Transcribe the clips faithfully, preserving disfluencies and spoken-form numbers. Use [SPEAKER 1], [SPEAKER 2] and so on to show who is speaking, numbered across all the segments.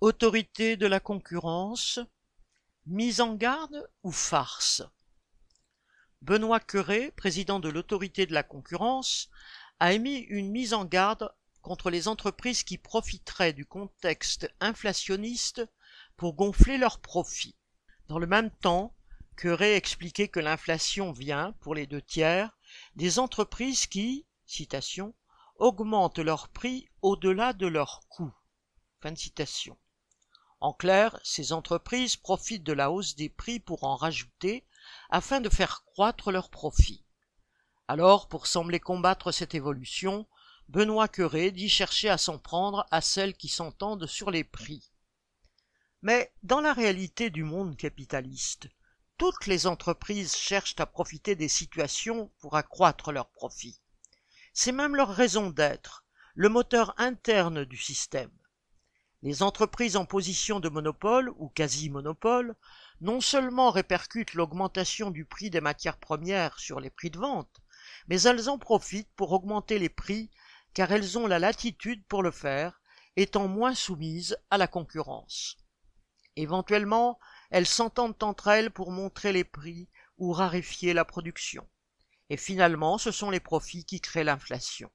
[SPEAKER 1] Autorité de la concurrence, mise en garde ou farce? Benoît Cœuré, président de l'Autorité de la concurrence, a émis une mise en garde contre les entreprises qui profiteraient du contexte inflationniste pour gonfler leurs profits. Dans le même temps, Cœuré expliquait que l'inflation vient, pour les deux tiers, des entreprises qui, citation, augmentent leurs prix au-delà de leurs coûts. Fin de citation. En clair, ces entreprises profitent de la hausse des prix pour en rajouter afin de faire croître leurs profits. Alors, pour sembler combattre cette évolution, Benoît Cœuré dit chercher à s'en prendre à celles qui s'entendent sur les prix. Mais dans la réalité du monde capitaliste, toutes les entreprises cherchent à profiter des situations pour accroître leurs profits. C'est même leur raison d'être, le moteur interne du système. Les entreprises en position de monopole ou quasi-monopole non seulement répercutent l'augmentation du prix des matières premières sur les prix de vente, mais elles en profitent pour augmenter les prix car elles ont la latitude pour le faire, étant moins soumises à la concurrence. Éventuellement, elles s'entendent entre elles pour montrer les prix ou raréfier la production. Et finalement, ce sont les profits qui créent l'inflation.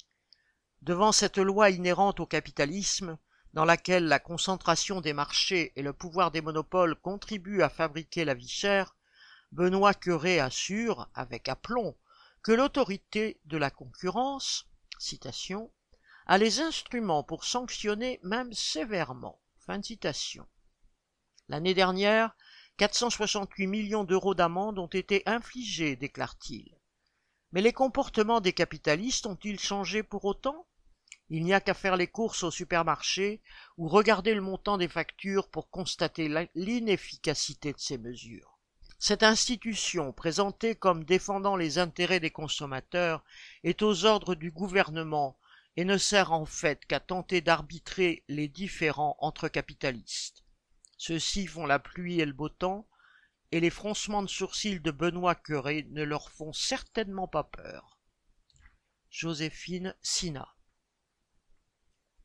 [SPEAKER 1] Devant cette loi inhérente au capitalisme, dans laquelle la concentration des marchés et le pouvoir des monopoles contribuent à fabriquer la vie chère, Benoît Cœuré assure, avec aplomb, que l'autorité de la concurrence, citation, a les instruments pour sanctionner même sévèrement. Fin de citation. L'année dernière, quatre cent soixante-huit millions d'euros d'amende ont été infligés, déclare-t-il. Mais les comportements des capitalistes ont-ils changé pour autant ? Il n'y a qu'à faire les courses au supermarché ou regarder le montant des factures pour constater l'inefficacité de ces mesures. Cette institution, présentée comme défendant les intérêts des consommateurs, est aux ordres du gouvernement et ne sert en fait qu'à tenter d'arbitrer les différends entre capitalistes. Ceux-ci font la pluie et le beau temps, et les froncements de sourcils de Benoît Cœuré ne leur font certainement pas peur. Joséphine Sina.